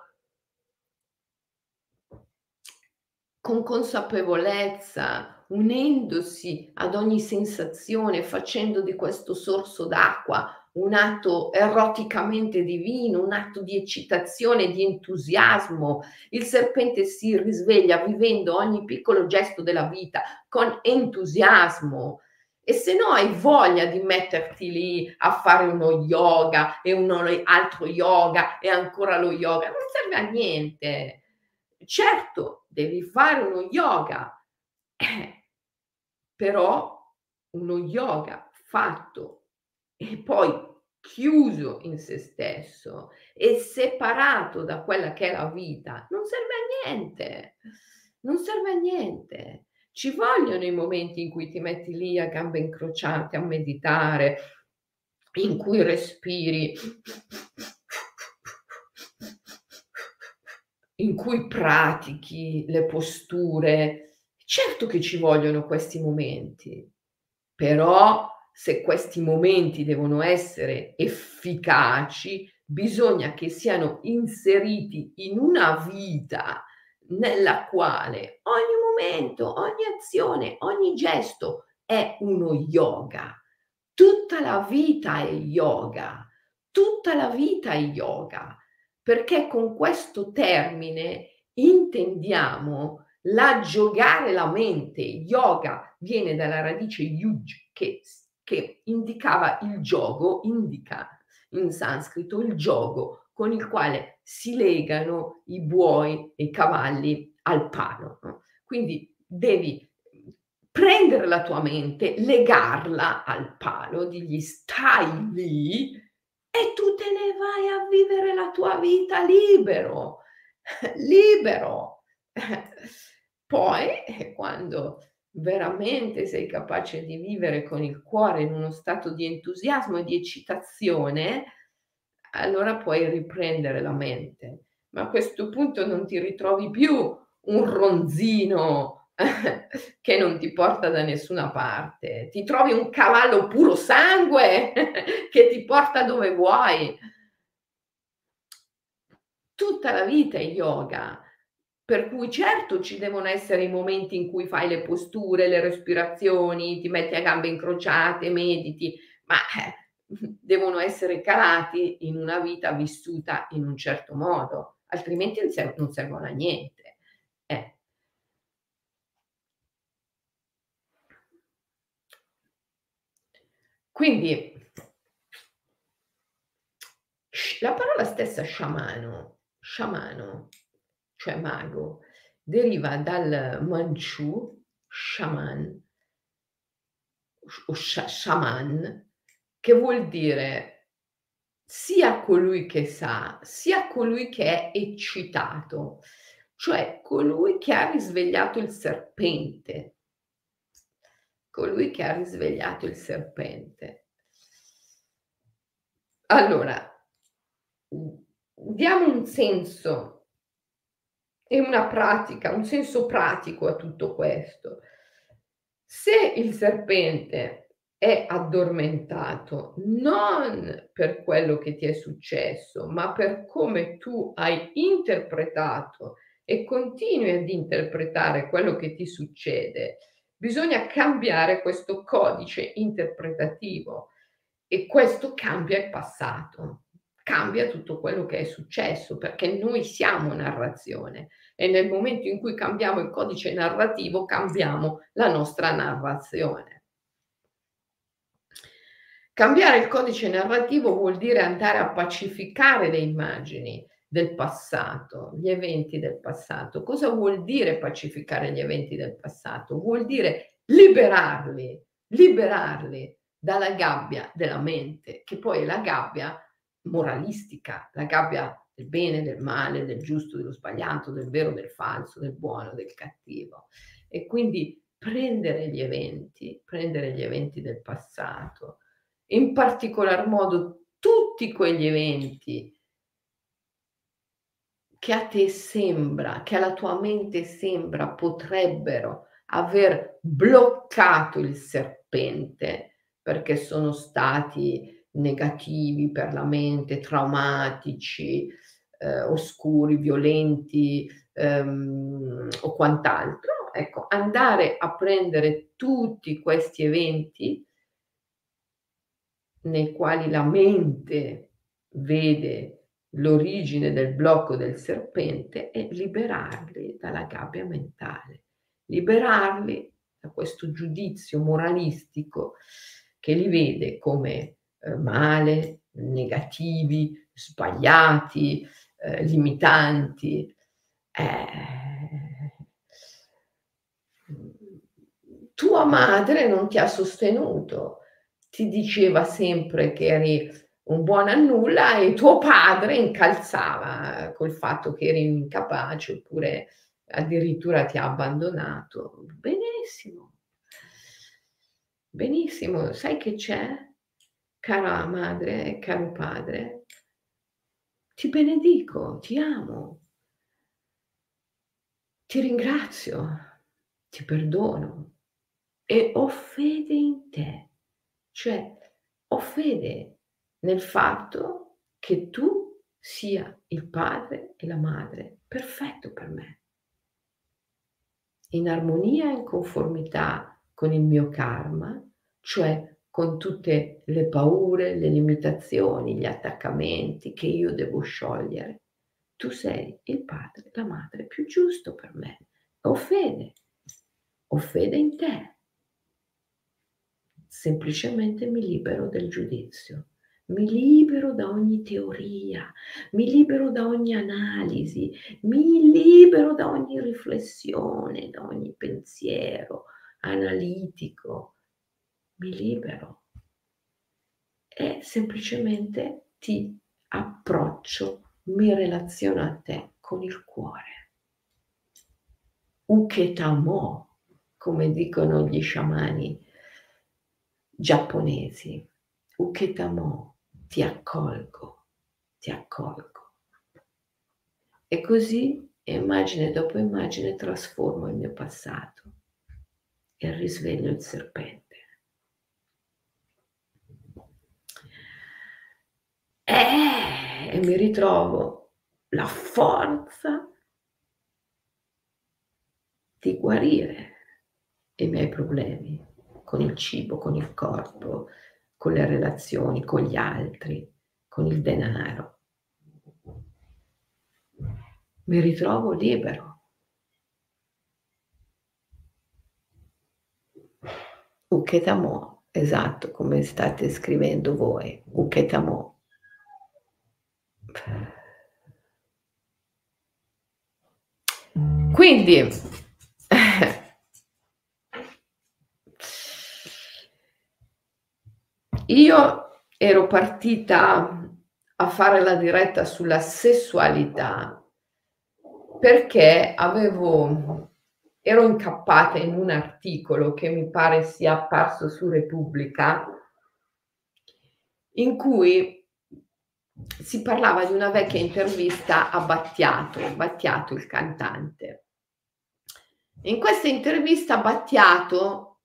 con consapevolezza, unendosi ad ogni sensazione, facendo di questo sorso d'acqua un atto eroticamente divino, un atto di eccitazione, di entusiasmo. Il serpente si risveglia vivendo ogni piccolo gesto della vita con entusiasmo. E se no hai voglia di metterti lì a fare uno yoga e uno altro yoga e ancora lo yoga, non serve a niente. Certo, devi fare uno yoga, eh, però uno yoga fatto e poi chiuso in se stesso e separato da quella che è la vita, non serve a niente, non serve a niente. Ci vogliono i momenti in cui ti metti lì a gambe incrociate a meditare, in cui respiri in cui pratichi le posture. Certo che ci vogliono questi momenti, però se questi momenti devono essere efficaci, bisogna che siano inseriti in una vita nella quale ogni momento, ogni azione, ogni gesto è uno yoga. Tutta la vita è yoga, tutta la vita è yoga, perché con questo termine intendiamo l'aggiogare la mente. Yoga viene dalla radice yuj che s che indicava il giogo, indica in sanscrito il giogo con il quale si legano i buoi e i cavalli al palo, no, quindi devi prendere la tua mente, legarla al palo, dirgli: "Stai lì" e tu te ne vai a vivere la tua vita libero, libero. Poi, eh, quando veramente sei capace di vivere con il cuore in uno stato di entusiasmo e di eccitazione, allora puoi riprendere la mente. Ma a questo punto non ti ritrovi più un ronzino che non ti porta da nessuna parte, ti trovi un cavallo puro sangue che ti porta dove vuoi. Tutta la vita è yoga, per cui certo ci devono essere i momenti in cui fai le posture, le respirazioni, ti metti a gambe incrociate, mediti, ma, eh, devono essere calati in una vita vissuta in un certo modo, altrimenti non ser non servono a niente. Eh. Quindi sc la parola stessa sciamano, sciamano, cioè mago, deriva dal manciù shaman sh o scia shaman, che vuol dire sia colui che sa, sia colui che è eccitato, cioè colui che ha risvegliato il serpente, colui che ha risvegliato il serpente. Allora, mhmm, diamo un senso e una pratica, un senso pratico a tutto questo. Se il serpente è addormentato non per quello che ti è successo, ma per come tu hai interpretato e continui ad interpretare quello che ti succede, bisogna cambiare questo codice interpretativo e questo cambia il passato. cambia tutto quello che è successo, perché noi siamo narrazione e nel momento in cui cambiamo il codice narrativo, cambiamo la nostra narrazione. Cambiare il codice narrativo vuol dire andare a pacificare le immagini del passato, gli eventi del passato. Cosa vuol dire pacificare gli eventi del passato? Vuol dire liberarli, liberarli dalla gabbia della mente, che poi è la gabbia moralistica, la gabbia del bene, del male, del giusto, dello sbagliato, del vero, del falso, del buono, del cattivo. E quindi prendere gli eventi, prendere gli eventi del passato, in particolar modo tutti quegli eventi che a te sembra, che alla tua mente sembra potrebbero aver bloccato il serpente, perché sono stati negativi per la mente, traumatici, eh, oscuri, violenti, ehm, o quant'altro. Ecco, andare a prendere tutti questi eventi nei quali la mente vede l'origine del blocco del serpente e liberarli dalla gabbia mentale, liberarli da questo giudizio moralistico che li vede come eh, male, negativi, sbagliati, eh, limitanti. Eh, tua madre non ti ha sostenuto, ti diceva sempre che eri un buon a nulla e tuo padre incalzava col fatto che eri incapace oppure addirittura ti ha abbandonato. Benissimo, benissimo. Sai che c'è, cara madre e caro padre? Ti benedico, ti amo, ti ringrazio, ti perdono e ho fede in te. Cioè, ho fede nel fatto che tu sia il padre e la madre perfetto per me, in armonia e in conformità con il mio karma, cioè con tutte le paure, le limitazioni, gli attaccamenti che io devo sciogliere. Tu sei il padre, la madre più giusto per me. Ho fede, ho fede in te. Semplicemente mi libero del giudizio, mi libero da ogni teoria, mi libero da ogni analisi, mi libero da ogni riflessione, da ogni pensiero analitico, mi libero e semplicemente ti approccio, mi relaziono a te con il cuore. Uketamo, come dicono gli sciamani giapponesi. Uketamo, ti accolgo, ti accolgo. E così, immagine dopo immagine, trasformo il mio passato e risveglio il serpente. Eh, e mi ritrovo la forza di guarire i miei problemi con il cibo, con il corpo, con le relazioni, con gli altri, con il denaro. Mi ritrovo libero. Uketamo, esatto, come state scrivendo voi. Uketamo. Quindi, io ero partita a fare la diretta sulla sessualità perché avevo, ero incappata in un articolo che mi pare sia apparso su Repubblica, in cui si parlava di una vecchia intervista a Battiato, Battiato il cantante. In questa intervista Battiato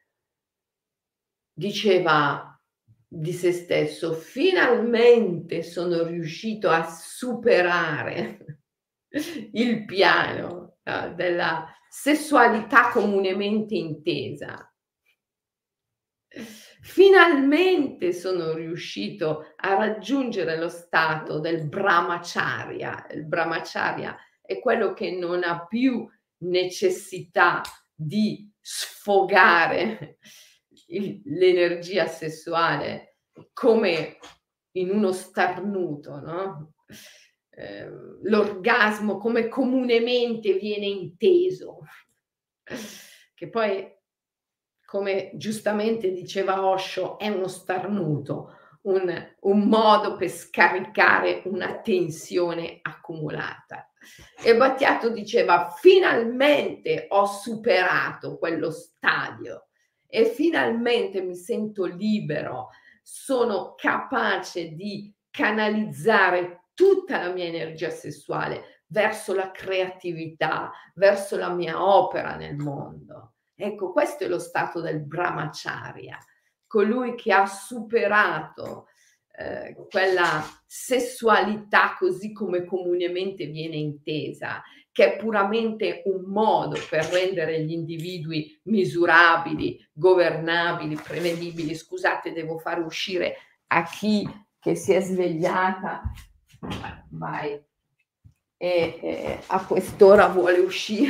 diceva di se stesso: finalmente sono riuscito a superare il piano uh, della sessualità comunemente intesa. Finalmente sono riuscito a raggiungere lo stato del brahmacharya. Il brahmacharya è quello che non ha più necessità di sfogare il l'energia sessuale come in uno starnuto, no, ehm, l'orgasmo come comunemente viene inteso, che poi, come giustamente diceva Osho, è uno starnuto, un un modo per scaricare una tensione accumulata. E Battiato diceva: "Finalmente ho superato quello stadio e finalmente mi sento libero, sono capace di canalizzare tutta la mia energia sessuale verso la creatività, verso la mia opera nel mondo." Ecco, questo è lo stato del brahmacharya, colui che ha superato eh, quella sessualità così come comunemente viene intesa, che è puramente un modo per rendere gli individui misurabili, governabili, prevedibili. Scusate, devo fare uscire a chi che si è svegliata, vai, e eh, a quest'ora vuole uscire.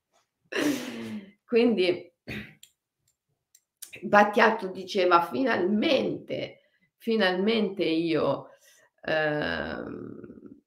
Quindi Battiato diceva: finalmente, finalmente io ehm,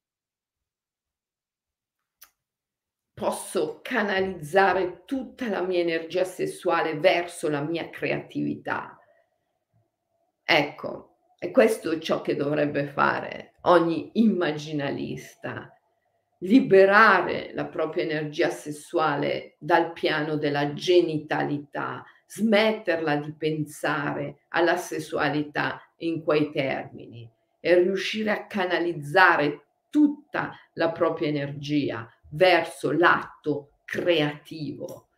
posso canalizzare tutta la mia energia sessuale verso la mia creatività. Ecco, e questo è ciò che dovrebbe fare ogni immaginalista: liberare la propria energia sessuale dal piano della genitalità, smetterla di pensare alla sessualità in quei termini e riuscire a canalizzare tutta la propria energia verso l'atto creativo.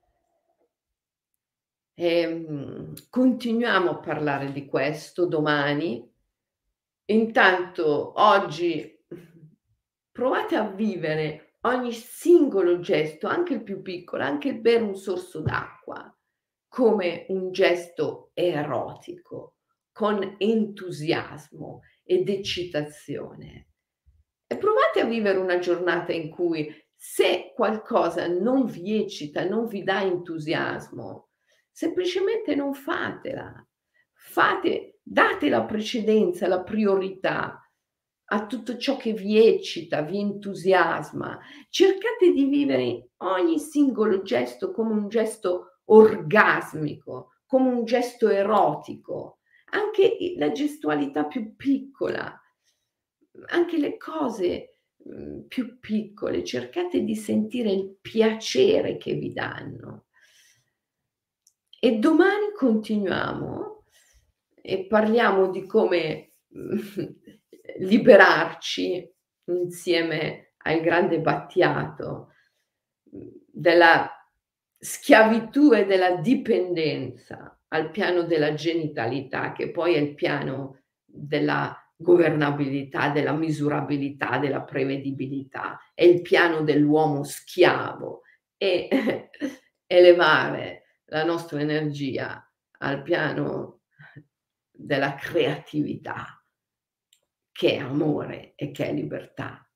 Ehm, continuiamo a parlare di questo domani. Intanto oggi provate a vivere ogni singolo gesto, anche il più piccolo, anche il bere un sorso d'acqua, come un gesto erotico, con entusiasmo ed eccitazione. E provate a vivere una giornata in cui, se qualcosa non vi eccita, non vi dà entusiasmo, semplicemente non fatela. Fate, date la precedenza, la priorità a tutto ciò che vi eccita, vi entusiasma. Cercate di vivere ogni singolo gesto come un gesto orgasmico, come un gesto erotico, anche i la gestualità più piccola, anche le cose, mhmm, più piccole, cercate di sentire il piacere che vi danno. E domani continuiamo e parliamo di come, mhmm, liberarci insieme al grande Battiato, mhmm, della schiavitù e della dipendenza al piano della genitalità, che poi è il piano della governabilità, della misurabilità, della prevedibilità, è il piano dell'uomo schiavo e elevare la nostra energia al piano della creatività, che è amore e che è libertà.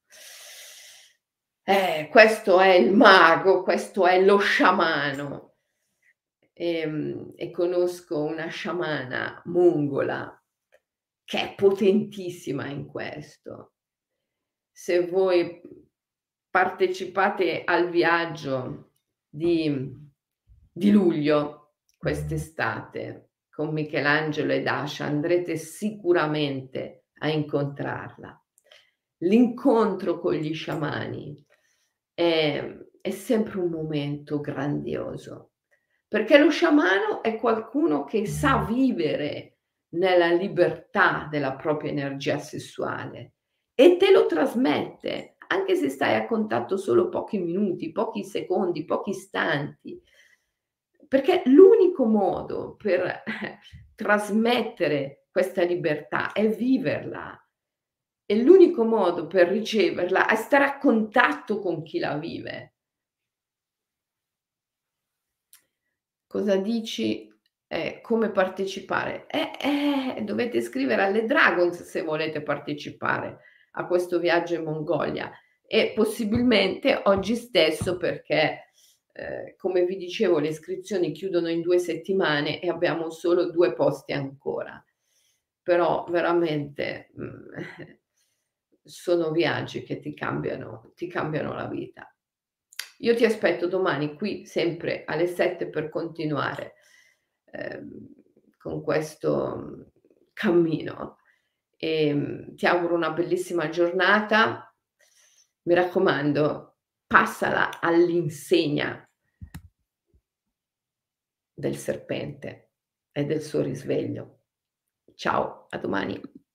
Eh, questo è il mago, questo è lo sciamano. Ehm, e conosco una sciamana mongola che è potentissima in questo. Se voi partecipate al viaggio di di luglio quest'estate con Michelangelo ed Asha, andrete sicuramente a incontrarla. L'incontro con gli sciamani è è sempre un momento grandioso, perché lo sciamano è qualcuno che sa vivere nella libertà della propria energia sessuale e te lo trasmette, anche se stai a contatto solo pochi minuti, pochi secondi, pochi istanti. Perché l'unico modo per trasmettere questa libertà è viverla e l'unico modo per riceverla è stare a contatto con chi la vive. Cosa dici Eh, come partecipare? Eh, eh, dovete scrivere alle Dragons se volete partecipare a questo viaggio in Mongolia e possibilmente oggi stesso perché, ehm, come vi dicevo le iscrizioni chiudono in due settimane e abbiamo solo due posti ancora. Però veramente, mhmm, sono viaggi che ti cambiano ti cambiano la vita. Io ti aspetto domani qui sempre alle sette per continuare, ehm, con questo, mhmm, cammino. Ehm, ti auguro una bellissima giornata. Mi raccomando, passala all'insegna del serpente e del suo risveglio. Ciao, a domani.